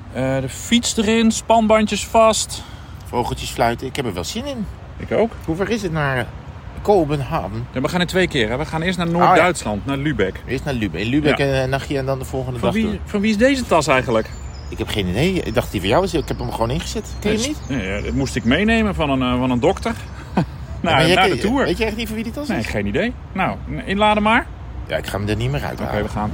De fiets erin, spanbandjes vast. Vogeltjes fluiten, ik heb er wel zin in. Ik ook. Hoe ver is het naar Kopenhagen? Ja, we gaan in 2 keer. Hè. We gaan eerst naar Noord-Duitsland, naar Lübeck. Eerst naar Lübeck. In Lübeck een nachtje en dan de volgende dag door. Van wie is deze tas eigenlijk? Ik heb geen idee. Ik dacht die van jou was. Ik heb hem gewoon ingezet. Ken je hem niet? Ja, dat moest ik meenemen van een dokter. Naar de tour. Weet je echt niet van wie die tas is? Nee, geen idee. Nou, inladen maar. Ja, ik ga hem er niet meer uit. Oké, we gaan.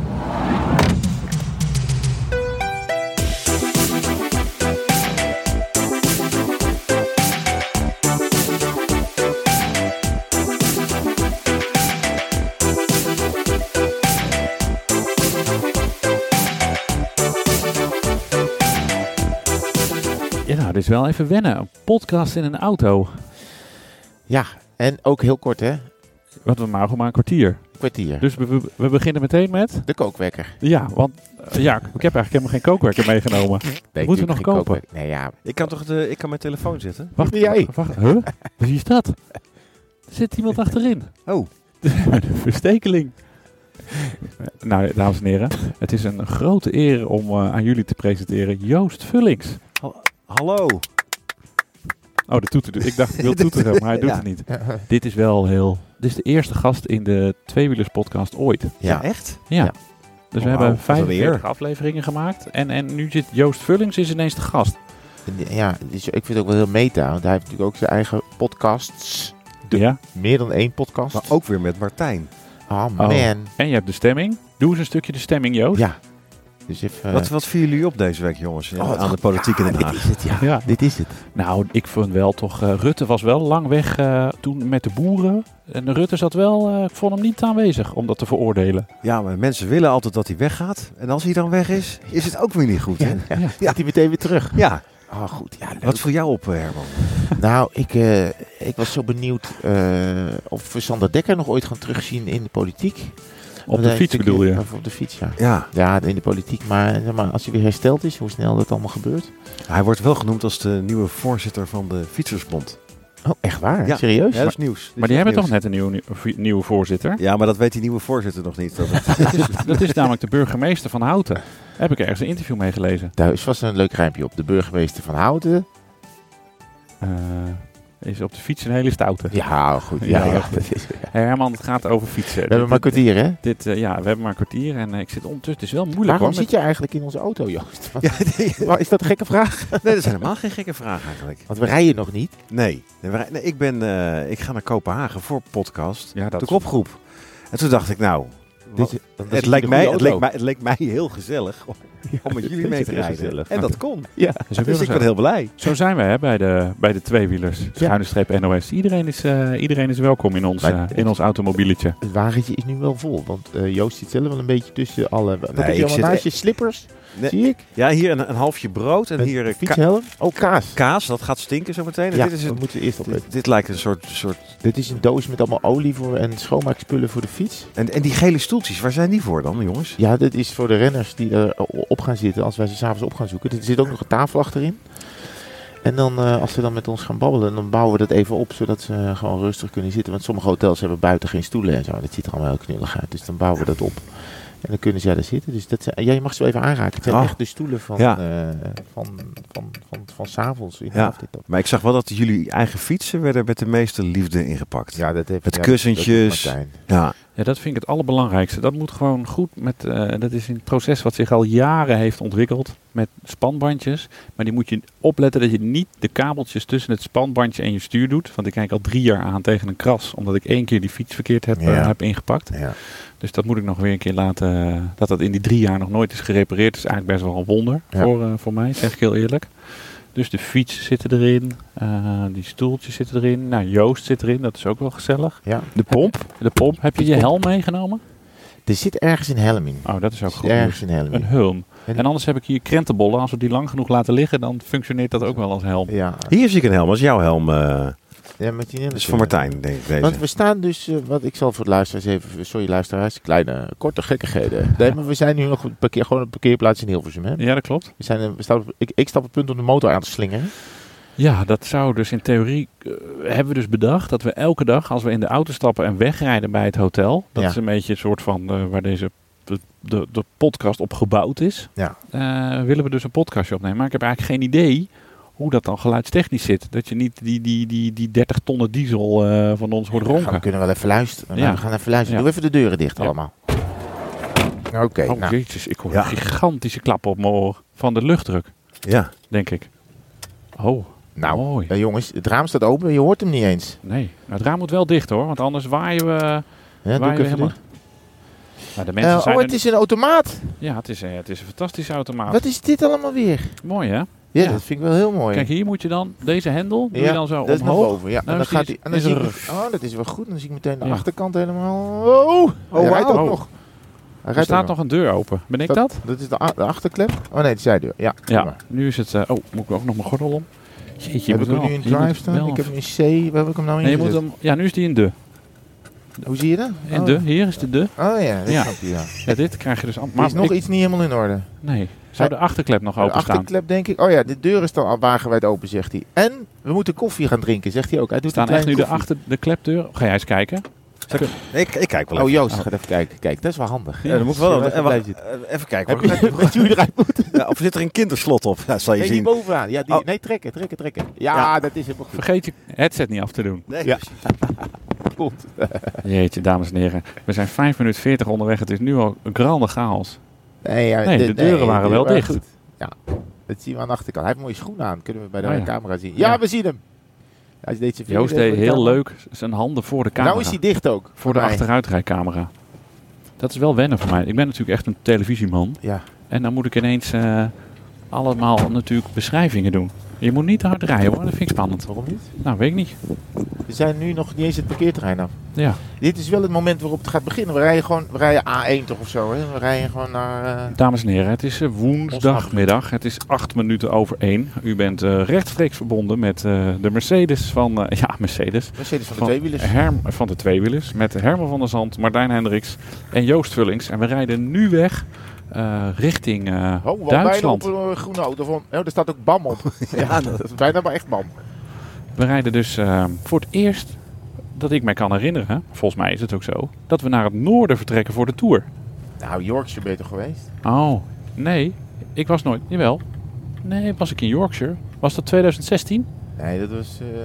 Ja, nou, dit is wel even wennen. Een podcast in een auto. Ja, en ook heel kort, hè? Want we mogen maar een kwartier. Kwartier. Dus we beginnen meteen met... De kookwekker. Ja, want ik heb eigenlijk helemaal geen kookwekker meegenomen. Nee, moeten we nog kopen? Nee, ja. Ik kan mijn telefoon zetten. Wacht, ben jij? Wacht, huh? Wie is dat? Er zit iemand achterin. Oh. De verstekeling. Nou, dames en heren. Het is een grote eer om aan jullie te presenteren Joost Vullings. Hallo. Oh, de toeter. Ik dacht, ik wil toeteren, maar hij doet het niet. Dit is wel heel... Dit is de eerste gast in de Tweewielers podcast ooit. Ja, echt? Ja. Dus we hebben 45 weer afleveringen gemaakt. En nu zit Joost Vullings is ineens de gast. Ja, dus ik vind het ook wel heel meta. Want hij heeft natuurlijk ook zijn eigen podcasts. Meer dan 1 podcast. Maar ook weer met Martijn. Oh man. En je hebt de stemming. Doe eens een stukje de stemming, Joost. Ja. Dus even, wat vielen jullie op deze week, jongens? Aan de politiek in Den Haag. Dit is het, ja. Dit is het. Nou, ik vond wel toch... Rutte was wel lang weg toen met de boeren. En Rutte zat wel... ik vond hem niet aanwezig om dat te veroordelen. Ja, maar mensen willen altijd dat hij weggaat. En als hij dan weg is, is het ook weer niet goed. Hè? Ja. Gaat hij meteen weer terug. Ja. Oh, goed. Ja, wat viel jou op, Herman? Nou, ik was zo benieuwd of we Sander Dekker nog ooit gaan terugzien in de politiek. Op de fiets bedoel je? Of op de fiets, ja. Ja, in de politiek. Maar als hij weer hersteld is, hoe snel dat allemaal gebeurt. Hij wordt wel genoemd als de nieuwe voorzitter van de Fietsersbond. Oh, echt waar? Ja. Serieus? Ja, dat is nieuws. Maar die hebben toch net een nieuwe voorzitter? Ja, maar dat weet die nieuwe voorzitter nog niet. Dat is namelijk de burgemeester van Houten. Daar heb ik ergens een interview mee gelezen. Daar is vast een leuk rijmpje op. De burgemeester van Houten. Is op de fiets een hele stoute. Ja, goed. Ja. Herman, het gaat over fietsen. We hebben maar een kwartier, hè? We hebben maar een kwartier en ik zit ondertussen. Het is wel moeilijk. Waarom zit je eigenlijk in onze auto, Joost? Is dat een gekke vraag? Nee, dat is helemaal geen gekke vraag eigenlijk. Want we rijden nog niet. Nee, ik ga naar Kopenhagen voor podcast. Ja, dat de kopgroep. En toen dacht ik, nou... Het leek mij heel gezellig om met jullie mee te rijden. Gezellig. En dat kon. Ja. Dus ik ben heel blij. Zo zijn we hè, bij de Tweewielers. _NOS. Iedereen is welkom in ons automobieletje. Het wagentje is nu wel vol. Want Joost zit zelf wel een beetje tussen alle... Wat heb je allemaal naast je? Slippers? Nee. Zie ik? Ja, hier een halfje brood en hier... fietshelm? Oh, kaas. Kaas, dat gaat stinken zo meteen. Ja, dat moeten we eerst opletten. Dit lijkt een soort... Dit is een doos met allemaal olie en schoonmaakspullen voor de fiets. En die gele stoeltjes, waar zijn die voor dan, jongens? Ja, dat is voor de renners die erop gaan zitten als wij ze 's avonds op gaan zoeken. Er zit ook nog een tafel achterin. En dan, als ze dan met ons gaan babbelen, dan bouwen we dat even op, zodat ze gewoon rustig kunnen zitten. Want sommige hotels hebben buiten geen stoelen en zo. Dat ziet er allemaal heel knullig uit. Dus dan bouwen we dat op. En dan kunnen zij daar zitten. Dus je mag ze wel even aanraken. Het zijn echt de stoelen van 's avonds. Maar ik zag wel dat jullie eigen fietsen werden met de meeste liefde ingepakt. Ja, dat heeft met kussentjes. Ja, dat vind ik het allerbelangrijkste. Dat moet gewoon goed dat is een proces wat zich al jaren heeft ontwikkeld met spanbandjes. Maar die moet je opletten dat je niet de kabeltjes tussen het spanbandje en je stuur doet. Want ik kijk al 3 jaar aan tegen een kras, omdat ik 1 keer die fiets verkeerd heb ingepakt. Ja. Dus dat moet ik nog weer een keer laten, dat in die 3 jaar nog nooit is gerepareerd. Is eigenlijk best wel een wonder voor mij, zeg ik heel eerlijk. Dus de fiets zitten erin, die stoeltjes zitten erin. Nou, Joost zit erin, dat is ook wel gezellig. Ja. De pomp. Heb je helm meegenomen? Er zit ergens een helm in. Oh, dat is ook goed. Ergens een helm in. Een helm. En anders heb ik hier krentenbollen. Als we die lang genoeg laten liggen, dan functioneert dat ook wel als helm. Ja. Hier zie ik een helm, als jouw helm. Ja, Martine, dat is voor Martijn, denk ik. Deze. Want we staan dus, ik zal voor de luisteraars even, sorry luisteraars, kleine, korte gekkigheden. Nee, maar we zijn nu nog gewoon op een parkeerplaats in Hilversum, hè? Ja, dat klopt. Ik sta op het punt om de motor aan te slingeren. Ja, dat zou dus in theorie, hebben we dus bedacht dat we elke dag, als we in de auto stappen en wegrijden bij het hotel, dat is een beetje een soort van waar deze de podcast op gebouwd is, willen we dus een podcastje opnemen. Maar ik heb eigenlijk geen idee hoe dat dan geluidstechnisch zit. Dat je niet die 30 tonnen diesel van ons hoort ronken. We kunnen wel even luisteren. Ja. We gaan even luisteren. Ja. Doe even de deuren dicht allemaal. Oké. Oh jezus, ik hoor een gigantische klap op mijn oor van de luchtdruk. Ja. Denk ik. Oh, nou, mooi. Jongens, het raam staat open. Je hoort hem niet eens. Nee, het raam moet wel dicht hoor, want anders waaien we, helemaal. Maar de mensen zijn het is een automaat. Ja, het is een fantastische automaat. Wat is dit allemaal weer? Mooi hè? Ja, dat vind ik wel heel mooi. Kijk, hier moet je dan, deze hendel, doe je dan zo dat omhoog. Is naar boven, ja. Nou, en dan gaat hij. Dat is wel goed. Dan zie ik meteen de achterkant helemaal. Hij rijdt ook nog. Er staat nog een deur open. Ben ik dat? Dat is de achterklep. Oh nee, de zijdeur. Ja. Nu is het... moet ik ook nog mijn gordel om? Jeetje, heb ik hem nu in drive staan? Ik heb hem in C. Waar heb ik hem nou in? Nee, je moet hem... Ja, nu is die in de. Hoe zie je dat? In de. Hier is de. Oh ja, dat snap je, ja, dit krijg je dus... Maar is nog iets niet helemaal in orde. Nee. Zou de achterklep nog open staan? De achterklep denk ik... Oh ja, de deur is dan al wagenwijd open, zegt hij. En we moeten koffie gaan drinken, zegt hij ook. Hij doet staan echt nu de klepdeur? Ga jij eens kijken? Ik kijk wel even. Oh Joost, ga even kijken. Kijk, dat is wel handig. Ja, dan moet wel even kijken. Weet je hoe je eruit moet? Of zit er een kinderslot op? Dat zal je zien. Die bovenaan. Ja, nee, trekken. Ja, dat is helemaal goed. Vergeet je headset niet af te doen. Nee, ja. Goed. Jeetje, dames en heren. We zijn 5 minuten 40 onderweg. Het is nu al een grande chaos. Nee, de deuren waren wel dicht. Goed. Ja, dat zien we aan de achterkant. Hij heeft mooie schoenen aan. Kunnen we bij de camera zien. Ja, we zien hem. Joost deed heel leuk zijn handen voor de camera. Nou is hij dicht ook. Voor de achteruitrijcamera. Dat is wel wennen voor mij. Ik ben natuurlijk echt een televisieman. Ja. En dan moet ik ineens allemaal natuurlijk beschrijvingen doen. Je moet niet te hard rijden hoor, dat vind ik spannend. Waarom niet? Nou, weet ik niet. We zijn nu nog niet eens het parkeerterrein af. Ja. Dit is wel het moment waarop het gaat beginnen. We rijden A1 toch of zo, hè? We rijden gewoon naar... Dames en heren, het is woensdagmiddag. Het is 8 minuten over 1. U bent rechtstreeks verbonden met de Mercedes van... Mercedes van de tweewielers. Van de tweewielers. Met Herman van der Zand, Martijn Hendricks en Joost Vullings. En we rijden nu weg... richting Duitsland. Bijna op een groene auto van... Oh, er staat ook BAM op. Ja, dat is bijna maar echt BAM. We rijden dus voor het eerst dat ik mij kan herinneren, volgens mij is het ook zo, dat we naar het noorden vertrekken voor de Tour. Nou, Yorkshire ben je toch geweest? Oh, nee. Ik was nooit... Jawel. Nee, was ik in Yorkshire? Was dat 2016? Nee, dat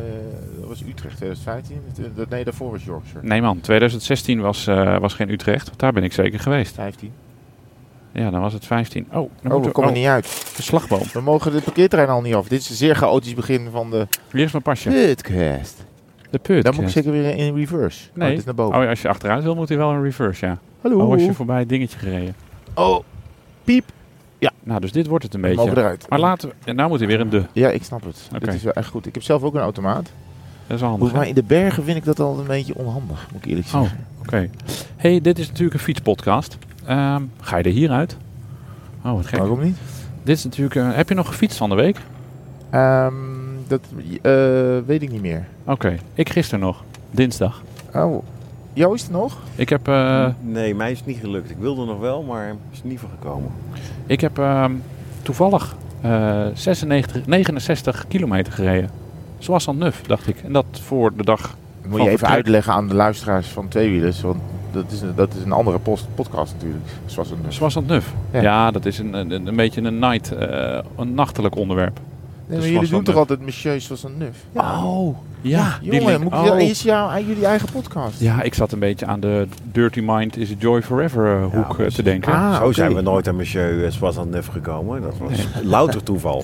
was Utrecht 2015. Nee, daarvoor was Yorkshire. Nee man, 2016 was geen Utrecht. Daar ben ik zeker geweest. 15. Ja, dan was het 15. We komen niet uit. De slagboom. We mogen de parkeerterrein al niet af. Dit is een zeer chaotisch begin van de... Hier is mijn pasje. Podcast. De podcast. Dan moet ik zeker weer in reverse. Nee. Het is naar boven. Als je achteruit wil, moet hij wel in reverse, ja. Hallo. Als je voorbij het dingetje gereden. Oh, piep. Ja. Nou, dus dit wordt het een beetje. Mogen eruit. Maar laten we... En nou moet hij weer in de... Ja, ik snap het. Okay. Dit is wel echt goed. Ik heb zelf ook een automaat. Dat is wel handig. Maar in de bergen vind ik dat al een beetje onhandig, moet ik eerlijk zeggen. Oh, oké. Hey, dit is natuurlijk een fietspodcast. Ga je er hieruit? Oh, wat gek. Waarom niet? Dit is natuurlijk... heb je nog gefietst van de week? Dat weet ik niet meer. Oké. Ik gisteren nog. Dinsdag. Oh. Joost nog? Ik heb... Nee, mij is het niet gelukt. Ik wilde nog wel, maar is er niet van gekomen. Ik heb toevallig 69 kilometer gereden. Zoals aan Nuf, dacht ik. En dat voor de dag... Moet je even uitleggen aan de luisteraars van Tweewielers, want dat is een andere podcast natuurlijk. Zoals aan Nuf. Ja, dat is een beetje een nachtelijk onderwerp. Nee, maar jullie doen toch altijd Monsieur zoals een Nuf? Ja. Oh, ja. Jongen, is jullie eigen podcast? Ja, ik zat een beetje aan de Dirty Mind is a Joy Forever hoek te denken. Zo zijn we nooit aan Monsieur zoals aan Nuf gekomen. Dat was louter toeval.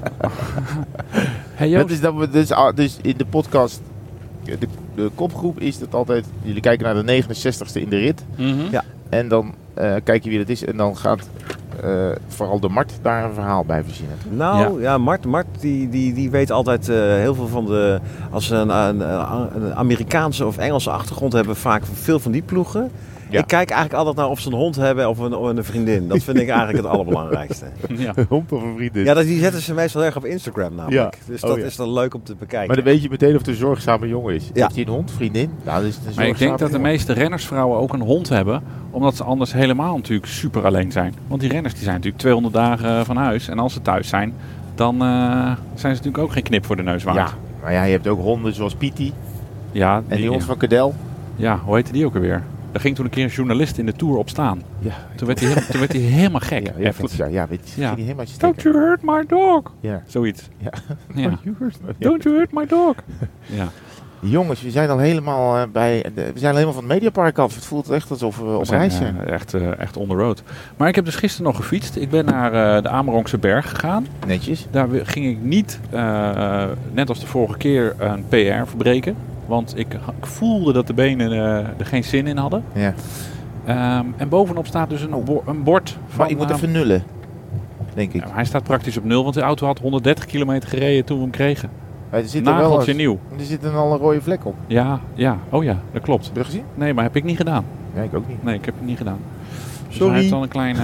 Hey, dus in de podcast... De kopgroep is dat altijd... Jullie kijken naar de 69ste in de rit. Mm-hmm. Ja. En dan kijk je wie dat is. En dan gaat vooral de Mart daar een verhaal bij verzinnen. Nou ja, Mart die weet altijd heel veel van de... Als ze een Amerikaanse of Engelse achtergrond hebben, vaak veel van die ploegen. Ja. Ik kijk eigenlijk altijd naar of ze een hond hebben of een vriendin. Dat vind ik eigenlijk het allerbelangrijkste. Ja. Een hond of een vriendin? Ja, die zetten ze meestal erg op Instagram namelijk. Ja. Dus dat is dan leuk om te bekijken. Maar dan weet je meteen of het een zorgzame jongen is. Ja. Heeft hij een hond, vriendin? Nou, dat is een maar ik denk dat de meeste rennersvrouwen ook een hond hebben. Omdat ze anders helemaal natuurlijk super alleen zijn. Want die renners die zijn natuurlijk 200 dagen van huis. En als ze thuis zijn, dan zijn ze natuurlijk ook geen knip voor de neus waard. Ja, maar ja, je hebt ook honden zoals Pietie. Ja, en die hond van Cadel. Ja, hoe heette die ook alweer? Daar ging toen een keer een journalist in de Tour op staan. Ja. Toen werd hij helemaal gek. Ja, weet je, ging hij helemaal Don't you hurt my dog. Ja. Zoiets. Ja. Ja. Don't you hurt my dog. Ja. Jongens, we zijn al helemaal we zijn al helemaal van het Mediapark af. Het voelt echt alsof we op reis zijn. Echt on the road. Maar ik heb dus gisteren nog gefietst. Ik ben naar de Amerongse Berg gegaan. Netjes. Daar ging ik niet, net als de vorige keer, een PR verbreken. Want ik voelde dat de benen er geen zin in hadden. Ja. En bovenop staat dus een bord van... Maar ik moet even nullen, denk ik. Ja, hij staat praktisch op 0, want de auto had 130 kilometer gereden toen we hem kregen. Er zit Nageltje nieuw. Er zit al een rode vlek op. Ja. Oh ja, dat klopt. Heb je dat gezien? Nee, maar heb ik niet gedaan. Nee, ik ook niet. Nee, ik heb het niet gedaan. Dus Sorry. hij heeft dan een kleine...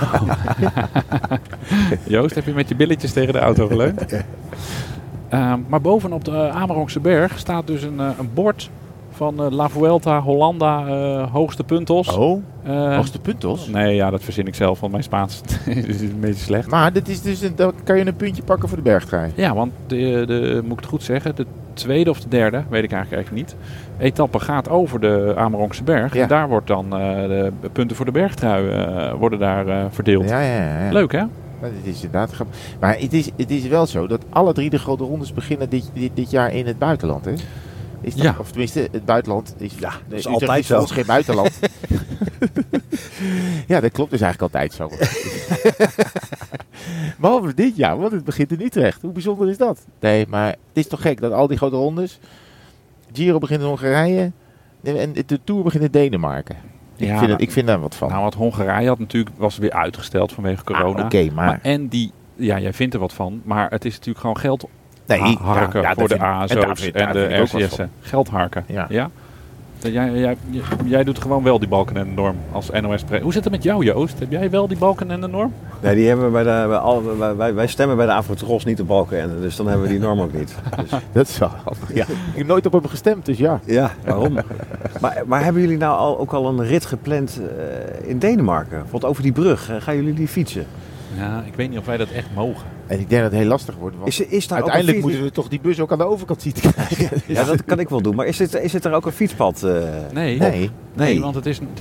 Joost, heb je met je billetjes tegen de auto geleund? Maar bovenop de Amerongse Berg staat dus een bord van La Vuelta Hollanda hoogste puntos. Hoogste puntos? Nee, ja, dat verzin ik zelf, want mijn Spaans is een beetje slecht. Maar dit is dus dan kan je een puntje pakken voor de bergtrui. Ja, want moet ik het goed zeggen, de tweede of de derde, weet ik eigenlijk niet, etappe gaat over de Amerongse Berg. Ja. En daar wordt dan de punten voor de bergtrui worden daar verdeeld. Ja. Leuk, hè? Maar dit is inderdaad grappig. Maar het is wel zo dat alle 3 de grote rondes beginnen dit jaar in het buitenland, hè? Is dat, Ja. Of tenminste, het buitenland is... Ja, dat is Utrecht altijd is voor zo. ons geen buitenland. Ja, dat klopt dus eigenlijk altijd zo. Behalve dit jaar, want het begint in Utrecht. Hoe bijzonder is dat? Nee, maar het is toch gek dat al die grote rondes... Giro begint in Hongarije en de Tour begint in Denemarken. Ik vind daar wat van. Nou, wat Hongarije was weer uitgesteld vanwege corona. Oké, maar... En jij vindt er wat van, maar het is natuurlijk gewoon geld harken ja, voor dat de vind ik- ASO's daar en vind ik ook de wat RCS'en. Geld harken. Ja. Jij doet gewoon wel die balken en de norm als NOS. Hoe zit het met jou, Joost? Heb jij wel die balken en de norm? Nee, die hebben we wij stemmen bij de Afrotros niet op Balkenende, dus dan hebben we die norm ook niet. Dus, Dat is wel handig. Ja. Ik heb nooit op hem gestemd, dus ja. ja, waarom? maar hebben jullie nou ook al een rit gepland in Denemarken? Want over die brug, gaan jullie die fietsen? Ja, ik weet niet of wij dat echt mogen. En ik denk dat het heel lastig wordt. Want Is daar uiteindelijk ook een moeten we toch die bus ook aan de overkant zien te krijgen. Ja, dat kan ik wel doen. Maar is dit er ook een fietspad? Nee, want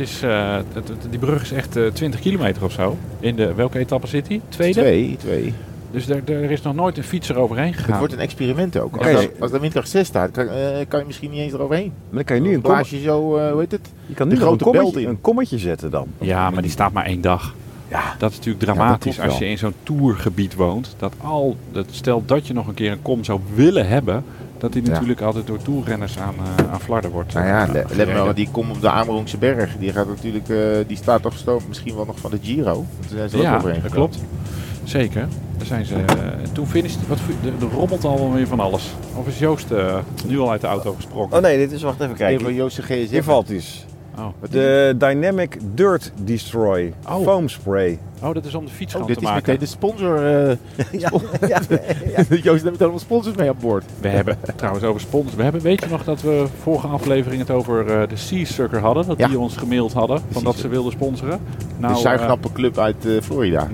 die brug is echt 20 kilometer of zo. Welke etappe zit die? Tweede? Twee. Dus er is nog nooit een fietser overheen gegaan. Het wordt een experiment ook. Oké. Als er windkracht 6 staat, kan je misschien niet eens eroverheen. Maar dan kan je nu Blaas je zo, hoe heet het? je kan de nu grote belt in. een kommetje zetten dan. Ja, maar die staat maar 1 dag. Ja. Dat is natuurlijk Ja, dat dramatisch klopt als je wel. in zo'n tourgebied woont. Stel dat je nog een keer een kom zou willen hebben, dat die Ja. natuurlijk altijd door toerrenners aan flarden wordt. Nou ja, let gereden. maar, die komt op de Amerongse Berg. Die gaat natuurlijk, die staat toch gestoomd misschien wel nog van de Giro. Want daar zijn ze ook Ja, overheen dat gegaan. klopt. Zeker. Daar zijn ze. Toen finished. Er rommelt al weer van alles. Of is Joost nu al uit de auto gesprongen? Oh nee, dit is, wacht even Een kijken. van Joost's GSM. Hier valt iets. Oh. De Dynamic Dirt Destroy Oh. Foam Spray. Dat is om de fiets Oh, te dit is maken. meteen de sponsor. Ja. Joost neemt allemaal sponsors mee aan boord. We hebben trouwens over sponsors. Weet je nog dat we vorige aflevering het over de Sea Sucker hadden? Dat Ja. die ons gemaild hadden. Van dat ze wilden sponsoren. De zuignappenclub uit Florida.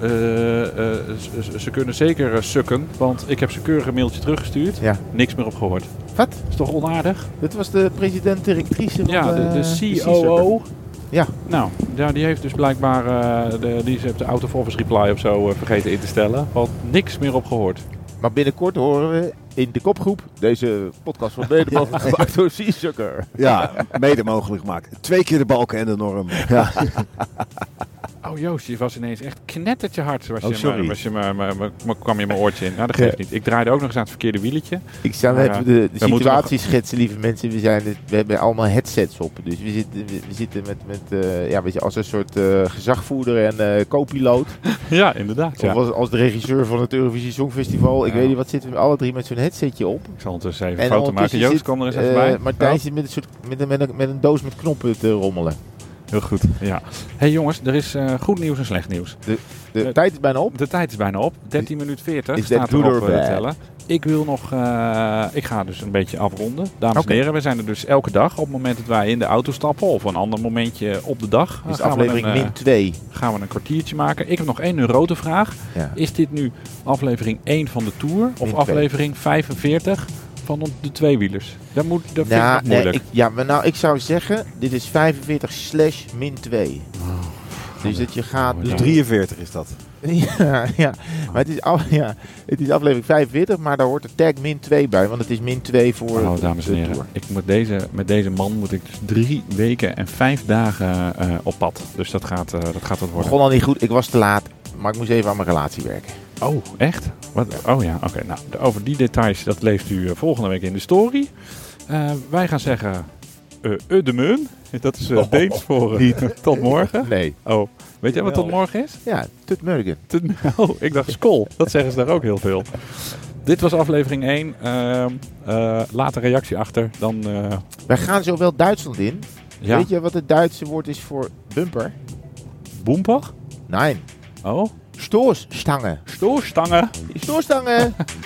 Ze kunnen zeker sukken. Want ik heb ze keurig een mailtje teruggestuurd. Ja. Niks meer op gehoord. Wat? Is toch onaardig? Dat was de president-directrice van Ja, de Sea COO. Ja. Nou, ja, die heeft dus blijkbaar die heeft de out of office reply of zo vergeten in te stellen. Want niks meer op gehoord. Maar binnenkort horen we in de kopgroep deze podcast van mede mogelijk gemaakt door Sea Sucker. Ja, mede mogelijk gemaakt. 2 keer de balken en de norm. Ja. Oh Joost, je was ineens echt knettertje hard. Sorry. Kwam je mijn oortje in. Nou, dat geeft niet. Ik draaide ook nog eens aan het verkeerde wieletje. Ik zal Maar, even de we moeten situatie schetsen, lieve mensen. We hebben allemaal headsets op. Dus we zitten weet je, als een soort gezagvoerder en co-piloot. Ja, inderdaad. Ja. Of als de regisseur van het Eurovisie Songfestival. Ik Ja. weet niet wat, zitten we alle 3 met zo'n headsetje op. Ik zal ondertussen even En een foto maken. ondertussen Joost, zit, kom er eens even bij. Martijn zit met een doos met knoppen te rommelen. Heel goed. Ja. Hey jongens, er is goed nieuws en slecht nieuws. De tijd is bijna op. De tijd is bijna op. 13 minuten 40 Is that staat good erop or bad? tellen. Ik wil nog... ik ga dus een beetje afronden. Dames Oké. en heren, we zijn er dus elke dag. Op het moment dat wij in de auto stappen of een ander momentje op de dag. Is gaan we aflevering een, min 2. gaan we een kwartiertje maken. Ik heb nog 1 grote vraag. Ja. Is dit nu aflevering 1 van de Tour? Of Min aflevering 45 van de tweewielers? Dat vind ik nog moeilijk. Ik zou zeggen, dit is 45/-2. Dus dat je gaat... Dus 43 is dat. ja, maar het is aflevering 45, maar daar hoort de tag -2 bij, want het is -2 voor dames en heren. Met deze man moet ik dus 3 weken en 5 dagen op pad. Dus dat gaat wat worden. Begon al niet goed, ik was te laat, maar ik moest even aan mijn relatie werken. Oh, echt? Wat? Oh ja, oké. Nou, over die details, dat leest u volgende week in de story. Wij gaan zeggen, de meun. Dat is Deens voor tot morgen. Nee. Oh, weet jij wat tot morgen is? Ja, tot morgen. Oh, ik dacht skol. Dat zeggen ze daar ook heel veel. Dit was aflevering 1. Laat een reactie achter. Dan, Wij gaan zo wel Duitsland in. Ja. Weet je wat het Duitse woord is voor bumper? Boemper? Nee. Oh? Stoßstange. Stoorstangen. Stoßstange.